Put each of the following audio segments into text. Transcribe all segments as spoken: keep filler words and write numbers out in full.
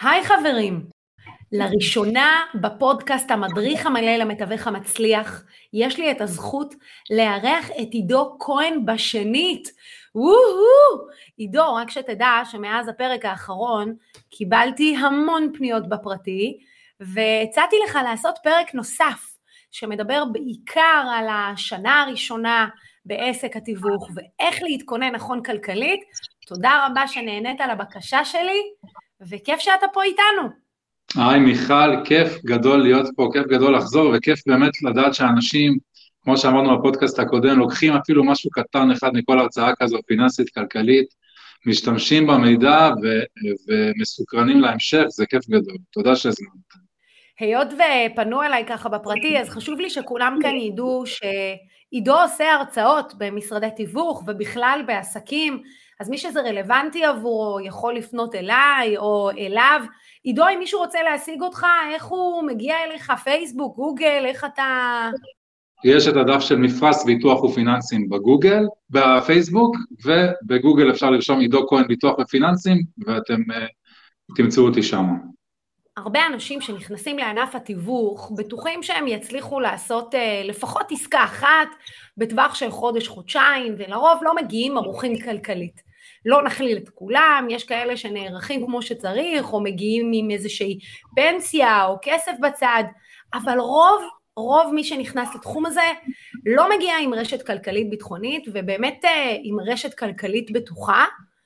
היי חברים, לראשונה בפודקאסט המדריך המלא למתווך המצליח, יש לי את הזכות לארח את עידו כהן בשנית. וואו, עידו, רק שתדע שמאז הפרק האחרון קיבלתי המון פניות בפרטי, והצעתי לך לעשות פרק נוסף, שמדבר בעיקר על השנה הראשונה בעסק התיווך, ואיך להתכונן נכון כלכלית. תודה רבה שנהנית על הבקשה שלי, וכיף שאתה פה איתנו. היי מיכל, כיף גדול להיות פה, כיף גדול לחזור, וכיף באמת לדעת שאנשים, כמו שאמרנו בפודקאסט הקודם, לוקחים אפילו משהו קטן אחד מכל הרצאה כזו, פיננסית, כלכלית, משתמשים במידע ו- ומסוקרנים להמשך, זה כיף גדול. תודה שהזמנת. היות ופנו אליי ככה בפרטי, אז חשוב לי שכולם כאן ידעו שעידו עושה הרצאות במשרדי תיווך ובכלל בעסקים, אז מי שזה רלוונטי עבורו יכול לפנות אליי או אליו. עידו, אם מישהו רוצה להשיג אותך, איך הוא מגיע אליך? פייסבוק, גוגל, איך אתה... יש את הדף של מפרש ביטוח ופיננסים בגוגל, בפייסבוק, ובגוגל אפשר לרשום עידו כהן ביטוח ופיננסים, ואתם uh, תמצאו אותי שם. הרבה אנשים שנכנסים לענף התיווך, בטוחים שהם יצליחו לעשות uh, לפחות עסקה אחת, בטווח של חודש, חודשיים, ולרוב לא מגיעים ערוכים כלכלית. לא נכליל את כולם, יש כאלה שנערכים כמו שצריך, או מגיעים עם איזושהי פנסיה או כסף בצד, אבל רוב, רוב מי שנכנס לתחום הזה, לא מגיע עם רשת כלכלית ביטחונית, ובאמת עם רשת כלכלית בטוחה,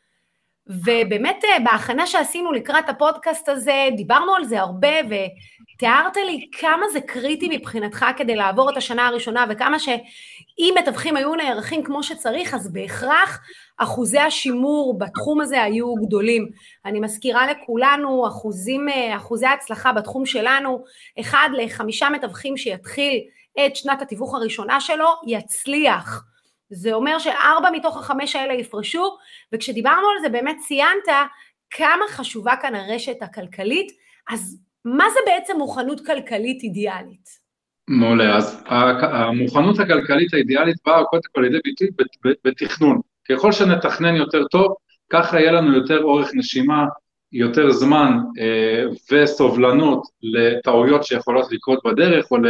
ובאמת בהכנה שעשינו לקראת הפודקאסט הזה, דיברנו על זה הרבה, ותיארת לי כמה זה קריטי מבחינתך כדי לעבור את השנה הראשונה, וכמה שאם מתווכים היו נערכים כמו שצריך, אז בהכרח אחוזי השימור בתחום הזה היו גדולים. אני מזכירה לכולנו, אחוזים, אחוזי ההצלחה בתחום שלנו, אחד לחמישה מתווכים שיתחיל את שנת התיווך הראשונה שלו, יצליח. זה אומר שארבע מתוך החמש האלה יפרשו, וכשדיברנו על זה באמת ציינת כמה חשובה כאן הרשת הכלכלית, אז מה זה בעצם מוכנות כלכלית אידיאלית? מעולה, אז המוכנות הכלכלית האידיאלית באה קודם כל לידי ביטוי בתכנון. ככל שנתכנן יותר טוב, ככה יהיה לנו יותר אורך נשימה, יותר זמן אה, וסובלנות לטעויות שיכולות לקרות בדרך, או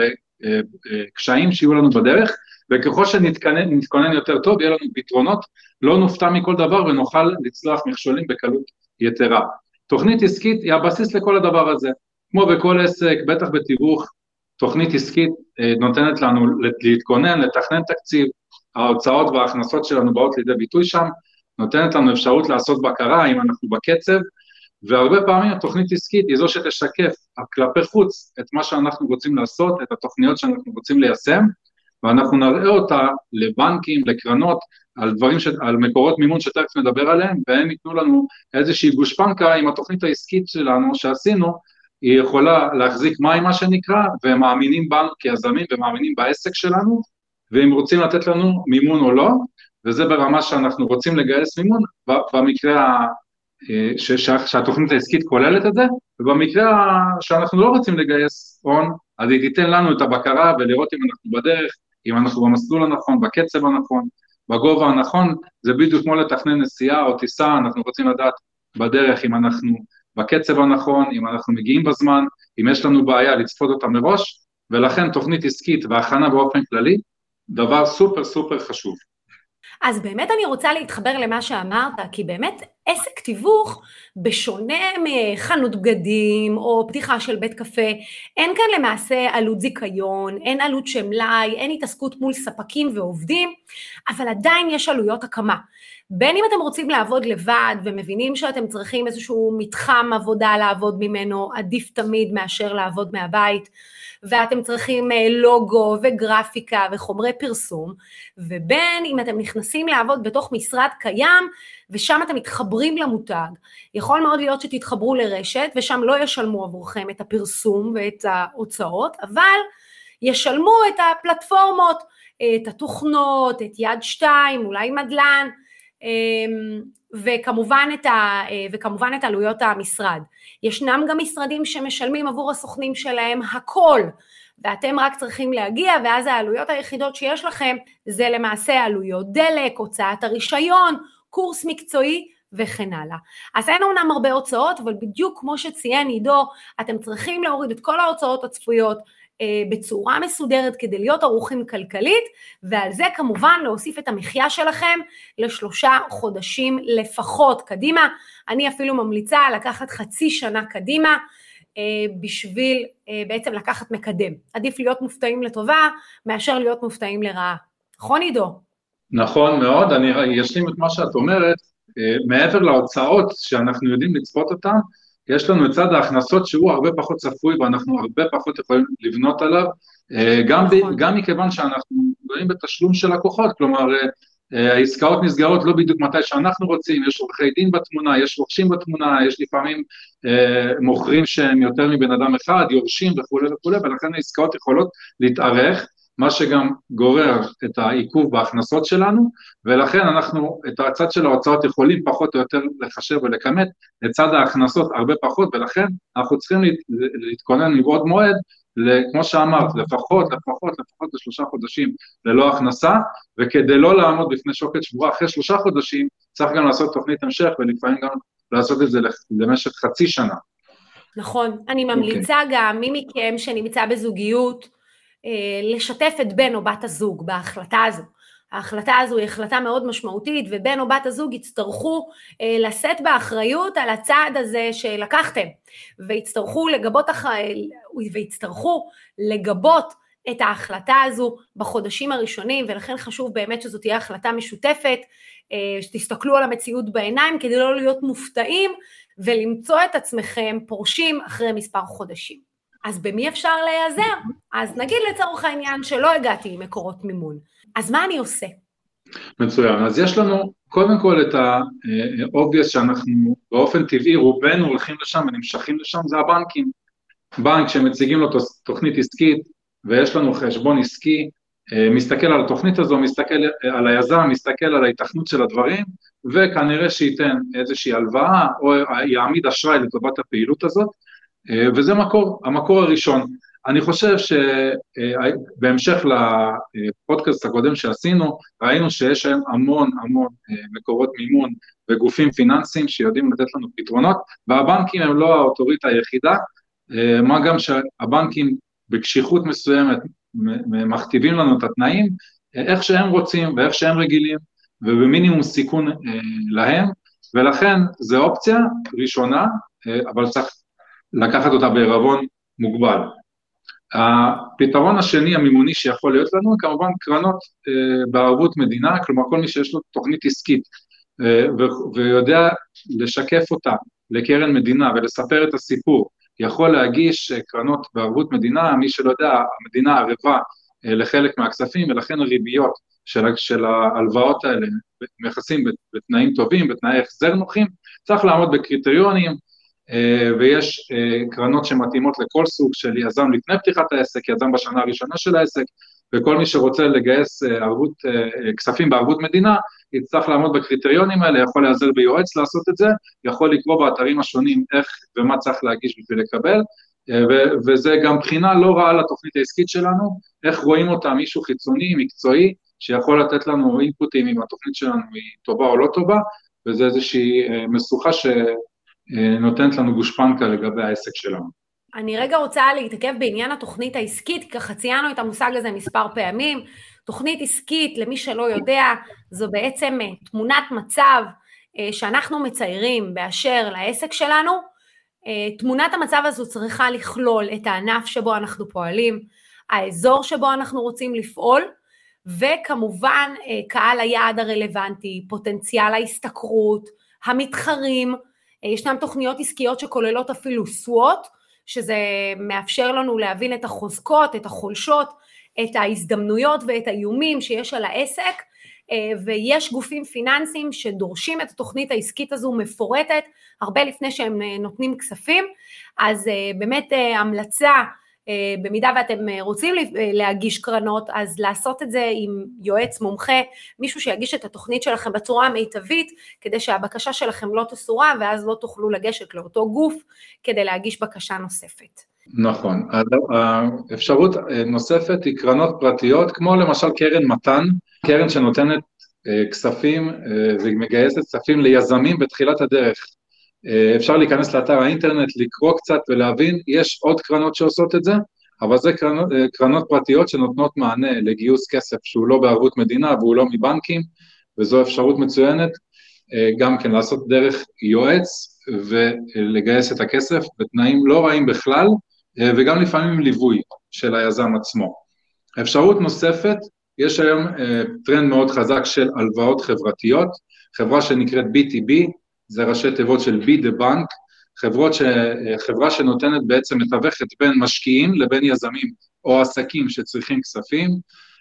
לקשיים שיהיו לנו בדרך, וככל שנתכונן יותר טוב, יהיה לנו פתרונות, לא נופתע מכל דבר ונוכל לצלוח מכשולים בקלות יתרה. תוכנית עסקית היא הבסיס לכל הדבר הזה, כמו בכל עסק, בטח בתיווך, תוכנית עסקית אה, נותנת לנו להתכונן, לתכנן תקציב, ההוצאות וההכנסות שלנו באות לידי ביטוי שם, נותנת לנו אפשרות לעשות בקרה אם אנחנו בקצב, והרבה פעמים התוכנית עסקית היא זו שתשקף כלפי חוץ את מה שאנחנו רוצים לעשות, את התוכניות שאנחנו רוצים ליישם, ואנחנו נראה אותה לבנקים, לקרנות, על דברים, ש... על מקורות מימון שתכף נדבר עליהם, והם ייתנו לנו איזושהי גושפנקה עם התוכנית העסקית שלנו שעשינו, היא יכולה להחזיק מים מה שנקרא, והם מאמינים בנו כיזמים ומאמינים בעסק שלנו, והם רוצים לתת לנו מימון או לא, וזה ברמה שאנחנו רוצים לגייס מימון, במקרה ש... ש... שהתוכנית העסקית כוללת את זה, ובמקרה שאנחנו לא רוצים לגייס הון, אז היא תיתן לנו את הבקרה ולראות אם אנחנו בדרך, אם אנחנו במסלול הנכון, בקצב הנכון, בגובה הנכון, זה בדיוק כמו לתכנן נסיעה או טיסה, אנחנו רוצים לדעת בדרך אם אנחנו בקצב הנכון, אם אנחנו מגיעים בזמן, אם יש לנו בעיה לצפות אותה מראש, ולכן תוכנית עסקית והכנה באופן כללי, דבר סופר סופר חשוב. אז באמת אני רוצה להתחבר למה שאמרת, כי באמת עסק תיווך, בשונה מחנות בגדים או פתיחה של בית קפה, אין כאן למעשה עלות זיכיון, אין עלות שמלאי, אין התעסקות מול ספקים ועובדים, אבל עדיין יש עלויות הקמה. בין אם אתם רוצים לעבוד לבד ומבינים שאתם צריכים איזשהו מתחם עבודה לעבוד ממנו, עדיף תמיד מאשר לעבוד מהבית, ואתם צריכים לוגו וגרפיקה וחומרי פרסום, ובין אם אתם נכנסים לעבוד בתוך משרד קיים, ושם אתם מתחברים למותג, יכול מאוד להיות שתתחברו לרשת, ושם לא ישלמו עבורכם את הפרסום ואת ההוצאות, אבל ישלמו את הפלטפורמות, את התוכנות, את יד שתיים, אולי מדלן, וכמובן את, ה, וכמובן את עלויות המשרד. ישנם גם משרדים שמשלמים עבור הסוכנים שלהם הכל, ואתם רק צריכים להגיע, ואז העלויות היחידות שיש לכם, זה למעשה עלויות דלק, הוצאת הרישיון, קורס מקצועי, וכן הלאה. אז אין אומנם הרבה הוצאות, אבל בדיוק כמו שציין עידו, אתם צריכים להוריד את כל ההוצאות הצפויות בצורה מסודרת כדי להיות ערוכים כלכלית, ועל זה כמובן להוסיף את המחיה שלכם לשלושה חודשים לפחות קדימה. אני אפילו ממליצה לקחת חצי שנה קדימה, בשביל בעצם לקחת מקדם. עדיף להיות מופתעים לטובה, מאשר להיות מופתעים לרעה. נכון עידו? נכון מאוד, אני אשלים את מה שאת אומרת, מעבר להוצאות שאנחנו יודעים לצפות אותן, יש לנו את צד ההכנסות שהוא הרבה פחות צפוי, ואנחנו הרבה פחות יכולים לבנות עליו, גם, נכון. גם מכיוון שאנחנו רואים בתשלום של לקוחות, כלומר, העסקאות נסגרות לא בדיוק מתי שאנחנו רוצים, יש עורכי דין בתמונה, יש רוכשים בתמונה, יש לפעמים אה, מוכרים שהם יותר מבן אדם אחד, יורשים וכו' וכו', ולכן העסקאות יכולות להתארך, מה שגם גורר את העיכוב בהכנסות שלנו, ולכן אנחנו את הצד של ההוצאות יכולים פחות או יותר לחשב ולכמת, את צד ההכנסות הרבה פחות, ולכן אנחנו צריכים להת, להתכונן מבעוד מועד, כמו שאמרת, לפחות, לפחות, לפחות לשלושה חודשים ללא הכנסה, וכדי לא לעמוד בפני שוקת שבורה אחרי שלושה חודשים, צריך גם לעשות תוכנית המשך, ולפעמים גם לעשות את זה למשך חצי שנה. נכון, אני ממליצה okay. גם מי מכם שנמצא בזוגיות, לשתף את בן או בת הזוג בהחלטה הזו. ההחלטה הזו היא החלטה מאוד משמעותית, ובן או בת הזוג יצטרכו אה, לשאת באחריות על הצעד הזה שלקחתם, ויצטרכו לגבות, אח... ויצטרכו לגבות את ההחלטה הזו בחודשים הראשונים, ולכן חשוב באמת שזו תהיה החלטה משותפת, אה, שתסתכלו על המציאות בעיניים, כדי לא להיות מופתעים, ולמצוא את עצמכם פורשים אחרי מספר חודשים. אז במי אפשר להיעזר? אז נגיד לצורך העניין שלא הגעתי עם מקורות מימון. אז מה אני עושה? מצוין, אז יש לנו קודם כל את האובייס שאנחנו באופן טבעי רובנו הולכים לשם ונמשכים לשם, זה הבנקים. בנק שמציגים לו תוכנית עסקית ויש לנו חשבון עסקי, מסתכל על התוכנית הזו, מסתכל על היזם, מסתכל על ההיתכנות של הדברים, וכנראה שייתן איזושהי הלוואה או יעמיד אשראי לטובת הפעילות הזאת, וזה מקור, המקור הראשון. אני חושב שבהמשך לפודקאסט הקודם שעשינו, ראינו שיש היום המון המון מקורות מימון וגופים פיננסיים שיודעים לתת לנו פתרונות, והבנקים הם לא האוטוריטה היחידה, מה גם שהבנקים בקשיחות מסוימת מכתיבים לנו את התנאים, איך שהם רוצים ואיך שהם רגילים, ובמינימום סיכון להם, ולכן זו אופציה ראשונה, אבל צריך לקחת אותה בערבון מוגבל. הפתרון השני המימוני שיכול להיות לנו, כמובן קרנות בערבות מדינה, כלומר כל מי שיש לו תוכנית עסקית, ויודע לשקף אותה לקרן מדינה ולספר את הסיפור, יכול להגיש קרנות בערבות מדינה, מי שלא יודע, המדינה ערבה לחלק מהכספים, ולכן הריביות של, של ההלוואות האלה מכסים בתנאים טובים, בתנאי החזר נוחים, צריך לעמוד בקריטריונים, ויש קרנות שמתאימות לכל סוג של יזם לפני פתיחת העסק, יזם בשנה הראשונה של העסק, וכל מי שרוצה לגייס ערבות, כספים בערבות מדינה, יצטרך לעמוד בקריטריונים האלה, יכול להיעזר ביועץ לעשות את זה, יכול לקרוא באתרים השונים איך ומה צריך להגיש בשביל לקבל, וזה גם בחינה לא רעה לתוכנית העסקית שלנו, איך רואים אותה מישהו חיצוני, מקצועי, שיכול לתת לנו אינפוטים אם התוכנית שלנו היא טובה או לא טובה, וזה איזושהי משוכה שנותנת לנו גושפנקה לגבי העסק שלנו. אני רגע רוצה להתעכב בעניין התוכנית העסקית, ככה ציינו את המושג הזה מספר פעמים. תוכנית עסקית, למי שלא יודע, זו בעצם תמונת מצב שאנחנו מציירים באשר לעסק שלנו. תמונת המצב הזו צריכה לכלול את הענף שבו אנחנו פועלים, האזור שבו אנחנו רוצים לפעול, וכמובן קהל היעד הרלוונטי, פוטנציאל ההסתכרות, המתחרים. ישנם תוכניות עסקיות שכוללות אפילו סוואט, שזה מאפשר לנו להבין את החוזקות, את החולשות, את ההזדמנויות ואת האיומים שיש על העסק, ויש גופים פיננסיים שדורשים את התוכנית העסקית הזו מפורטת, הרבה לפני שהם נותנים כספים, אז באמת המלצה, במידה ואתם רוצים להגיש קרנות, אז לעשות את זה עם יועץ מומחה, מישהו שיגיש את התוכנית שלכם בצורה המיטבית, כדי שהבקשה שלכם לא תסורה, ואז לא תוכלו לגשת לאותו גוף, כדי להגיש בקשה נוספת. נכון, האפשרות נוספת היא קרנות פרטיות, כמו למשל קרן מתן, קרן שנותנת כספים ומגייסת כספים ליזמים בתחילת הדרך. אפשר להיכנס לאתר האינטרנט, לקרוא קצת ולהבין, יש עוד קרנות שעושות את זה, אבל זה קרנות, קרנות פרטיות שנותנות מענה לגיוס כסף שהוא לא בערבות מדינה והוא לא מבנקים, וזו אפשרות מצוינת, גם כן לעשות דרך יועץ ולגייס את הכסף בתנאים לא רעים בכלל, וגם לפעמים ליווי של היזם עצמו. אפשרות נוספת, יש היום טרנד מאוד חזק של הלוואות חברתיות, חברה שנקראת בי טי בי, זה ראשי תיבות של Be the Bank, חברות ש... חברה שנותנת בעצם מתווכת בין משקיעים לבין יזמים או עסקים שצריכים כספים,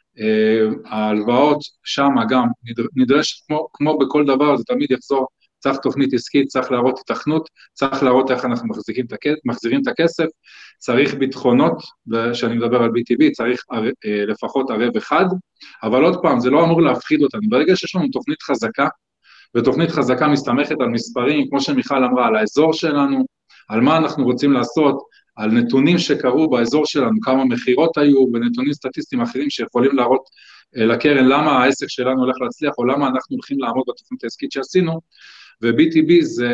ההלוואות שם גם נדרש, כמו, כמו בכל דבר, זה תמיד יחזור, צריך תוכנית עסקית, צריך להראות התכנות, צריך להראות איך אנחנו מחזיקים את הכסף, מחזירים את הכסף, צריך ביטחונות, כשאני מדבר על בי טי בי, צריך לפחות ערב אחד, אבל עוד פעם, זה לא אמור להפחיד אותנו, ברגע שיש לנו תוכנית חזקה, ותוכנית חזקה מסתמכת על מספרים, כמו שמיכל אמרה, על האזור שלנו, על מה אנחנו רוצים לעשות, על נתונים שקרו באזור שלנו, כמה מחירות היו, ונתונים סטטיסטיים אחרים שיכולים להראות לקרן למה העסק שלנו הולך להצליח, או למה אנחנו הולכים לעמוד בתוכנית העסקית שעשינו, ו-בי טי בי זה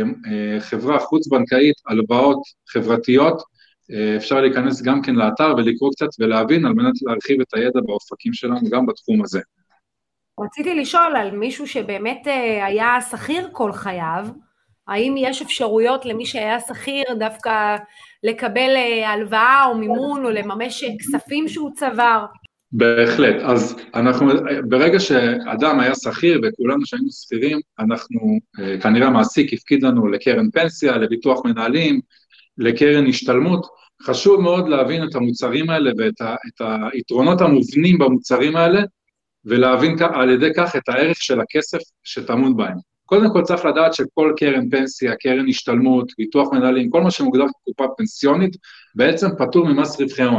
חברה חוץ-בנקאית, הלוואות חברתיות, אפשר להיכנס גם כן לאתר ולקרוא קצת ולהבין, על מנת להרחיב את הידע באופקים שלנו גם בתחום הזה. רציתי לשאול על מישהו שבאמת היה שכיר כל חייו, האם יש אפשרויות למי שהיה שכיר דווקא לקבל הלוואה או מימון או לממש כספים שהוא צבר? בהחלט, אז אנחנו, ברגע שאדם היה שכיר וכולנו שהיינו שכירים, אנחנו, כנראה המעסיק הפקיד לנו לקרן פנסיה, לביטוח מנהלים, לקרן השתלמות, חשוב מאוד להבין את המוצרים האלה ואת ה, את היתרונות המובנים במוצרים האלה, ולהבין על ידי כך את הערך של הכסף שטמון בהם. קודם כל צריך לדעת שכל קרן פנסיה, קרן השתלמות, ביטוח מנהלים, כל מה שמוגדר כקופה פנסיונית, בעצם פטור ממס רווחי הון.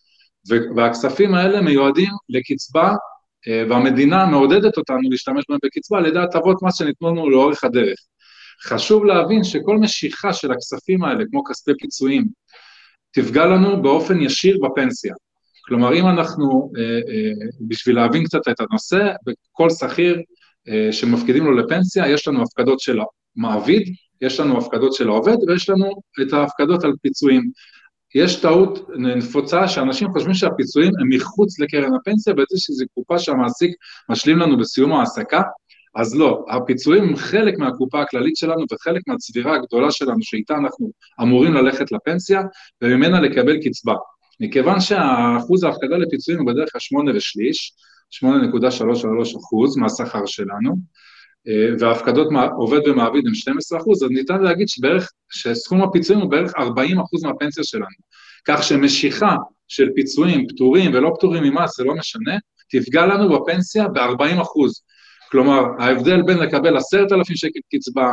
והכספים האלה מיועדים לקצבה, והמדינה מעודדת אותנו להשתמש בהם בקצבה, על ידי הטבות מס שניתנו לנו לאורך הדרך. חשוב להבין שכל משיכה של הכספים האלה, כמו כספי פיצויים, תפגע לנו באופן ישיר בפנסיה. כלומר, אם אנחנו, בשביל להבין קצת את הנושא, בכל שכיר שמפקידים לו לפנסיה, יש לנו הפקדות של המעביד, יש לנו הפקדות של העובד, ויש לנו את ההפקדות על פיצויים. יש טעות נפוצה שאנשים חושבים שהפיצויים הם מחוץ לקרן הפנסיה, בעצם שזו קופה שהמעסיק משלים לנו בסיום העסקה, אז לא, הפיצויים הם חלק מהקופה הכללית שלנו, וחלק מהצבירה הגדולה שלנו, שאיתה אנחנו אמורים ללכת לפנסיה, וממנה לקבל קצבה. מכיוון שהאחוז ההפקדה לפיצויים הוא בדרך כלל שמונה ושליש, שמונה נקודה שלושים ושלושה אחוז מהשכר שלנו, וההפקדות עובד ומעביד הם שנים עשר אחוז, אז ניתן להגיד שבערך, שסכום הפיצויים הוא בערך ארבעים אחוז מהפנסיה שלנו, כך שמשיכה של פיצויים פטורים ולא פטורים ממס, זה לא משנה, תפגע לנו בפנסיה ב-ארבעים אחוז, כלומר, ההבדל בין לקבל עשרת אלפים שקל קצבה,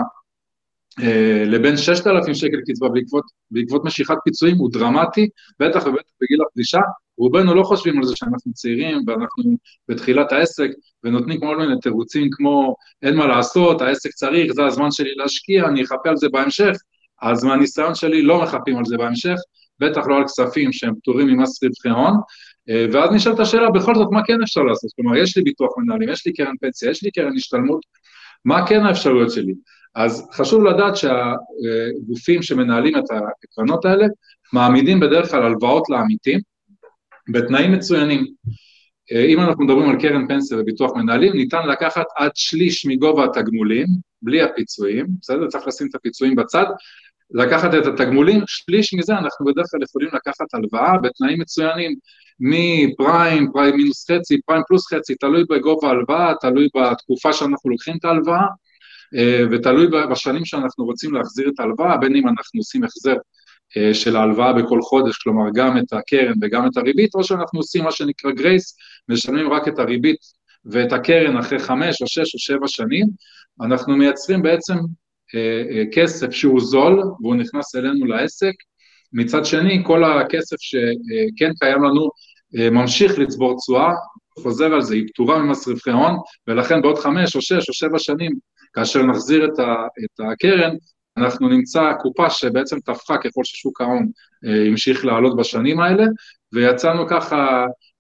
לבין ששת אלפים שקל קצבה בעקבות, בעקבות משיכת פיצויים הוא דרמטי, בטח ובטח בגיל הפרישה, רובנו לא חושבים על זה שאנחנו צעירים ואנחנו בתחילת העסק, ונותנים כל מיני תירוצים כמו אין מה לעשות, העסק צריך, זה הזמן שלי להשקיע, אני אחפה על זה בהמשך, אז מהניסיון שלי לא מחפים על זה בהמשך, בטח לא על כספים שהם פטורים ממס רווחי הון, ואז נשאלת השאלה, בכל זאת מה כן אפשר לעשות? כלומר, יש לי ביטוח מנהלים, יש לי קרן פנסיה, יש לי קרן השתלמות, מה כן האפשרויות שלי? אז חשוב לדעת שהגופים שמנהלים את הקרנות האלה, מעמידים בדרך כלל הלוואות לעמיתים, בתנאים מצוינים. אם אנחנו מדברים על קרן פנסיה וביטוח מנהלים, ניתן לקחת עד שליש מגובה התגמולים, בלי הפיצויים, בסדר? צריך לשים את הפיצויים בצד, לקחת את התגמולים, שליש מזה אנחנו בדרך כלל יכולים לקחת הלוואה בתנאים מצוינים, מפריים, פריים מינוס חצי, פריים פלוס חצי, תלוי בגובה ההלוואה, תלוי בתקופה שאנחנו לוקחים את ההלוואה, ותלוי בשנים שאנחנו רוצים להחזיר את ההלוואה, בין אם אנחנו עושים החזר של ההלוואה בכל חודש, כלומר גם את הקרן וגם את הריבית, או שאנחנו עושים מה שנקרא גרייס, משלמים רק את הריבית ואת הקרן אחרי חמש או שש או שבע שנים, אנחנו מייצרים בעצם כסף שהוא זול, והוא נכנס אלינו לעסק, מצד שני כל הכסף שכן קיים לנו, ממשיך לצבור תשואה, חוזר על זה, היא פטורה ממס רווחי הון, ולכן בעוד חמש או שש או שבע שנים, כאשר נחזיר את, ה, את הקרן, אנחנו נמצא קופה שבעצם תפחה ככל ששוק ההון המשיך לעלות בשנים האלה, ויצאנו ככה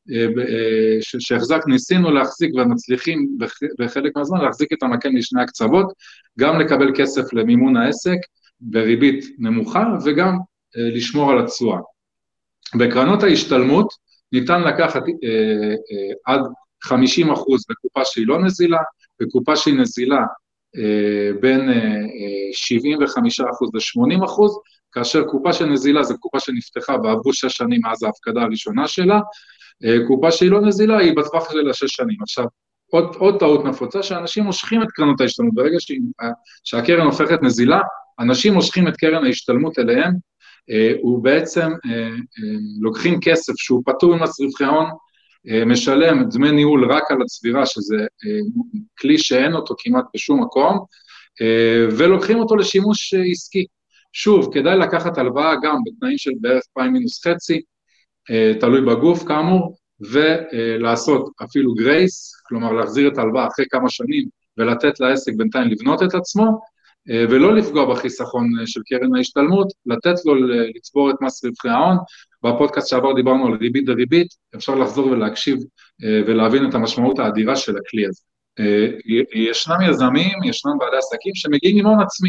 שהחזק, ניסינו להחזיק ומצליחים בחלק מהזמן להחזיק את המקל משני הקצוות, גם לקבל כסף למימון העסק בריבית נמוכה וגם לשמור על התשואה. בקרנות ההשתלמות ניתן לקחת עד חמישים אחוז בקופה שהיא לא נזילה, בקופה שהיא נזילה בין שבעים וחמישה אחוז ל-שמונים אחוז, כאשר קופה שנזילה זה קופה שנפתחה ועברו שש שנים מאז ההפקדה הראשונה שלה, קופה שהיא לא נזילה היא בטווח של השש שנים. עכשיו, עוד, עוד טעות נפוצה שאנשים מושכים את קרנות ההשתלמות, ברגע שהקרן הופכת נזילה, אנשים מושכים את קרן ההשתלמות אליהם, הוא בעצם לוקחים כסף שהוא פטור ממס רווחי הון, משלם דמי ניהול רק על הצבירה, שזה כלי שאין אותו כמעט בשום מקום, ולוקחים אותו לשימוש עסקי. שוב, כדאי לקחת הלוואה גם בתנאים של בערך פריים מינוס חצי, תלוי בגוף כאמור, ולעשות אפילו גרייס, כלומר להחזיר את ההלוואה אחרי כמה שנים, ולתת לעסק בינתיים לבנות את עצמו, ולא לפגוע בחיסכון של קרן ההשתלמות, לתת לו לצבור את מס רווחי ההון. בפודקאסט שעבר דיברנו על ריבית דריבית, אפשר לחזור ולהקשיב ולהבין את המשמעות האדירה של הכלי הזה. ישנם יזמים, ישנם בעלי עסקים שמגיעים עם הון עצמי,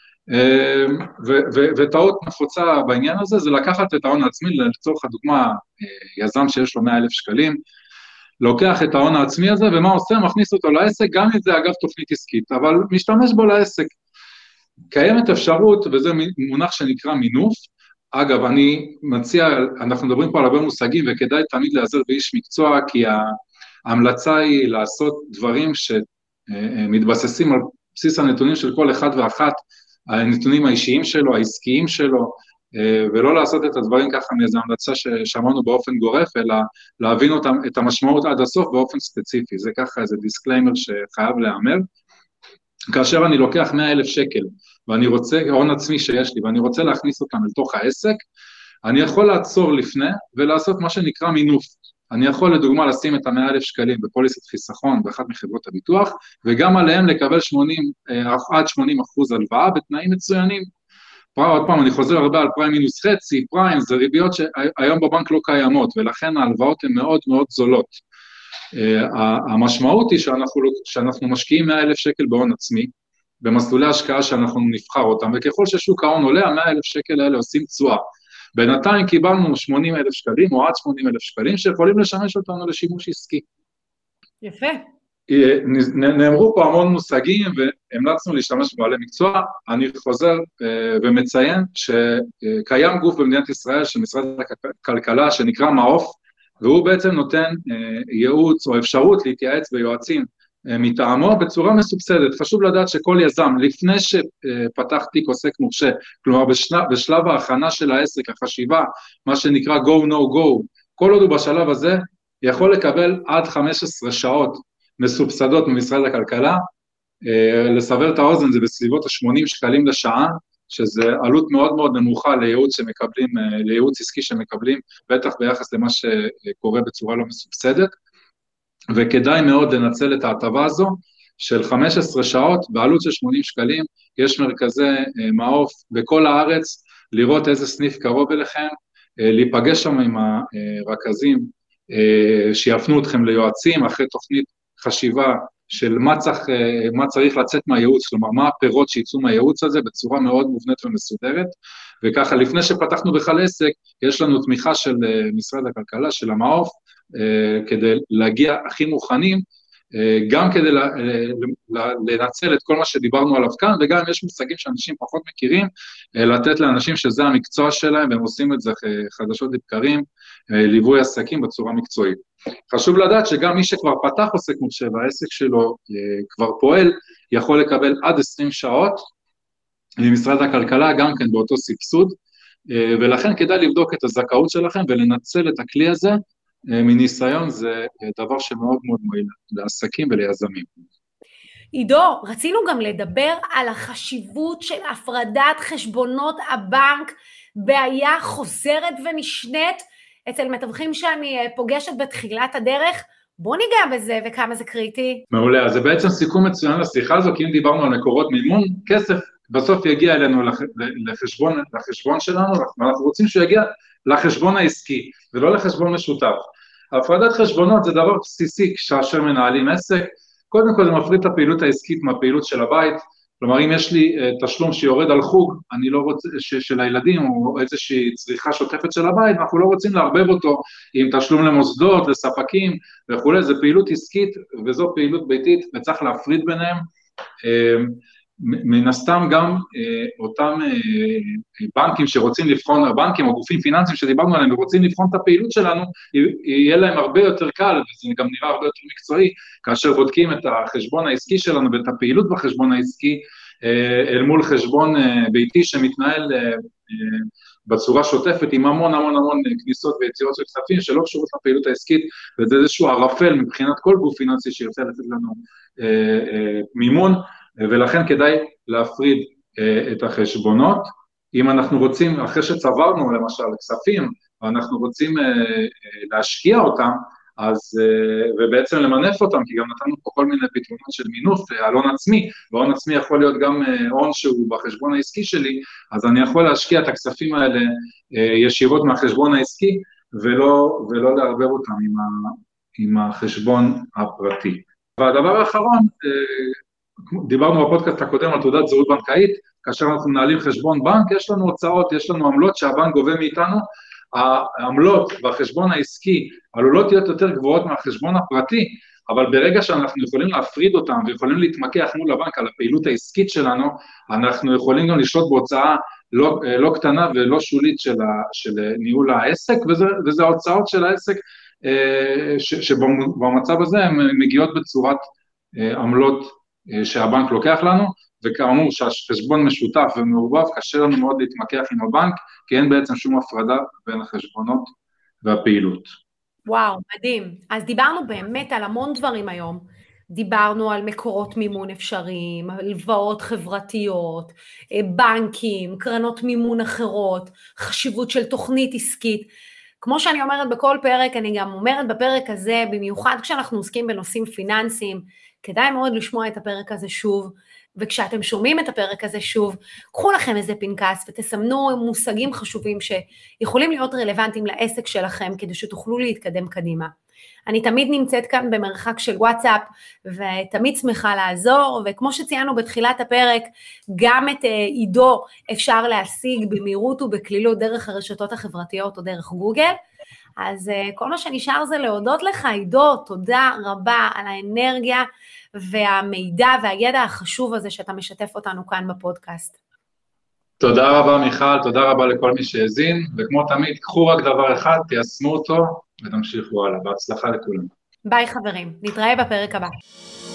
וטעות נפוצה בעניין הזה, זה לקחת את ההון העצמי, לצורך הדוגמה, יזם שיש לו מאה אלף שקלים, לוקח את ההון העצמי הזה, ומה עושה? מכניס אותו לעסק, גם אם זה אגב תוכנית עסקית, אבל משתמש בו לעסק. קיימת אפשרות, וזה מונח שנקרא מינוף, אגב, אני מציע, אנחנו מדברים פה על הרבה מושגים, וכדאי תמיד להיעזר באיש מקצוע, כי ההמלצה היא לעשות דברים שמתבססים על בסיס הנתונים של כל אחד ואחת, הנתונים האישיים שלו, העסקיים שלו, ולא לעשות את הדברים ככה מאיזו המלצה ששמענו באופן גורף, אלא להבין אותם, את המשמעות עד הסוף באופן ספציפי. זה ככה איזה דיסקליימר שחייב להיאמר. כאשר אני לוקח מאה אלף שקל, ואני רוצה, הון עצמי שיש לי, ואני רוצה להכניס אותם לתוך העסק, אני יכול לעצור לפני ולעשות מה שנקרא מינוף. אני יכול לדוגמה לשים את ה-מאה אלף שקלים בפוליסת חיסכון באחת מחברות הביטוח, וגם עליהם לקבל שמונים, עד שמונים אחוז הלוואה בתנאים מצוינים. עוד פעם, אני חוזר הרבה על פריים מינוס חצי, פריים זה ריביות שהיום בבנק לא קיימות, ולכן ההלוואות הן מאוד מאוד זולות. המשמעות היא שאנחנו, שאנחנו משקיעים מאה אלף שקל בהון עצמי, במסלולי השקעה שאנחנו נבחר אותם, וככל ששוק ההון עולה, ה-מאה אלף שקל האלה עושים תשואה. בינתיים קיבלנו שמונים אלף שקלים, או עד שמונים אלף שקלים, שיכולים לשמש אותנו לשימוש עסקי. יפה. נאמרו פה המון מושגים, והמלצנו להשתמש בעלי מקצוע. אני חוזר ומציין שקיים גוף במדינת ישראל, של משרד הכלכלה, שנקרא מעוף, והוא בעצם נותן ייעוץ או אפשרות להתייעץ ביועצים מטעמו בצורה מסובסדת. חשוב לדעת שכל יזם, לפני שפתח תיק עוסק מורשה, כלומר בשלב, בשלב ההכנה של העסק, החשיבה, מה שנקרא go no go, כל עוד הוא בשלב הזה, יכול לקבל עד חמש עשרה שעות מסובסדות ממשרד הכלכלה, לסבר את האוזן זה בסביבות ה-שמונים שקלים לשעה, שזה עלות מאוד מאוד נמוכה לייעוץ שמקבלים, לייעוץ עסקי שמקבלים, בטח ביחס למה שקורה בצורה לא מסובסדת, וכדאי מאוד לנצל את ההטבה הזו של חמש עשרה שעות, בעלות של שמונים שקלים, יש מרכזי מעוף בכל הארץ, לראות איזה סניף קרוב אליכם, להיפגש שם עם הרכזים, שיפנו אתכם ליועצים, אחרי תוכנית חשיבה של מה צריך, מה צריך לצאת מהייעוץ, כלומר מה הפירות שיצאו מהייעוץ הזה, בצורה מאוד מובנית ומסודרת, וככה לפני שפתחנו בכלל עסק, יש לנו תמיכה של משרד הכלכלה, של המעוף, כדי להגיע הכי מוכנים, גם כדי לנצל את כל מה שדיברנו עליו כאן, וגם יש מושגים שאנשים פחות מכירים, לתת לאנשים שזה המקצוע שלהם, והם עושים את זה חדשות לבקרים, ליווי עסקים בצורה מקצועית. חשוב לדעת שגם מי שכבר פתח עוסק מורשה, והעסק שלו כבר פועל, יכול לקבל עד עשרים שעות, ממשרד הכלכלה גם כן באותו סבסוד, ולכן כדאי לבדוק את הזכאות שלכם, ולנצל את הכלי הזה, מניסיון זה דבר שמאוד מאוד מועיל לעסקים וליזמים. עידו, רצינו גם לדבר על החשיבות של הפרדת חשבונות הבנק, בעיה חוזרת ונשנית אצל מתווכים שאני פוגשת בתחילת הדרך. בוא ניגע בזה וכמה זה קריטי. מעולה, אז זה בעצם סיכום מצוין לשיחה הזו, כי אם דיברנו על מקורות מימון, כסף בסוף יגיע אלינו לחשבון, לחשבון שלנו, ואנחנו רוצים שהוא יגיע לחשבון העסקי, ולא לחשבון משותף. הפרדת חשבונות זה דבר בסיסי כאשר מנהלים עסק, קודם כל זה מפריד את הפעילות העסקית מהפעילות של הבית, כלומר אם יש לי uh, תשלום שיורד על חוג, אני לא רוצה, ש, של הילדים או איזושהי צריכה שוטפת של הבית, אנחנו לא רוצים לערבב אותו עם תשלום למוסדות, לספקים וכו', זה פעילות עסקית וזו פעילות ביתית וצריך להפריד ביניהם, uh, מן הסתם גם אה, אותם אה, בנקים שרוצים לבחון, הבנקים או גופים פיננסיים שדיברנו עליהם ורוצים לבחון את הפעילות שלנו, יהיה להם הרבה יותר קל, וזה גם נראה הרבה יותר מקצועי, כאשר בודקים את החשבון העסקי שלנו ואת הפעילות בחשבון העסקי, אה, אל מול חשבון אה, ביתי שמתנהל אה, אה, בצורה שוטפת עם המון המון המון כניסות ויציאות של כספים שלא קשורות לפעילות העסקית, וזה איזשהו ערפל מבחינת כל גוף פיננסי שירצה לתת לנו אה, אה, מימון, ולכן כדאי להפריד uh, את החשבונות, אם אנחנו רוצים, אחרי שצברנו למשל כספים, ואנחנו רוצים uh, uh, להשקיע אותם, אז, uh, ובעצם למנף אותם, כי גם נתנו פה כל מיני פתרונות של מינוף, על הון עצמי, והון עצמי יכול להיות גם uh, הון שהוא בחשבון העסקי שלי, אז אני יכול להשקיע את הכספים האלה uh, ישירות מהחשבון העסקי, ולא, ולא לערבב אותם עם, ה, עם החשבון הפרטי. והדבר האחרון, uh, דיברנו בפודקאסט הקודם על תעודת זהות בנקאית, כאשר אנחנו מנהלים חשבון בנק, יש לנו הוצאות, יש לנו עמלות שהבנק גובה מאיתנו, העמלות בחשבון העסקי עלולות להיות יותר גבוהות מהחשבון הפרטי, אבל ברגע שאנחנו יכולים להפריד אותם ויכולים להתמקח מול הבנק על הפעילות העסקית שלנו, אנחנו יכולים גם לשלוט בהוצאה לא, לא קטנה ולא שולית של, ה, של ניהול העסק, וזה, וזה ההוצאות של העסק, ש, שבמצב הזה הן מגיעות בצורת עמלות שהבנק לוקח לנו, וכאמור שהחשבון משותף ומעורבב, קשה לנו מאוד להתמקח עם הבנק, כי אין בעצם שום הפרדה בין החשבונות והפעילות. וואו, מדהים. אז דיברנו באמת על המון דברים היום, דיברנו על מקורות מימון אפשריים, הלוואות חברתיות, בנקים, קרנות מימון אחרות, חשיבות של תוכנית עסקית, כמו שאני אומרת בכל פרק, אני גם אומרת בפרק הזה, במיוחד כשאנחנו עוסקים בנושאים פיננסיים, כדאי מאוד לשמוע את הפרק הזה שוב, וכשאתם שומעים את הפרק הזה שוב, קחו לכם איזה פנקס ותסמנו מושגים חשובים שיכולים להיות רלוונטיים לעסק שלכם, כדי שתוכלו להתקדם קדימה. אני תמיד נמצאת כאן במרחק של וואטסאפ, ותמיד שמחה לעזור, וכמו שציינו בתחילת הפרק, גם את עידו אפשר להשיג במהירות ובקלילות דרך הרשתות החברתיות או דרך גוגל, אז כל מה שנשאר זה להודות לך, עידו, תודה רבה על האנרגיה והמידע והידע החשוב הזה שאתה משתף אותנו כאן בפודקאסט. תודה רבה מיכל, תודה רבה לכל מי שהאזין, וכמו תמיד, קחו רק דבר אחד, תיישמו אותו ותמשיכו הלאה, בהצלחה לכולם. ביי חברים, נתראה בפרק הבא.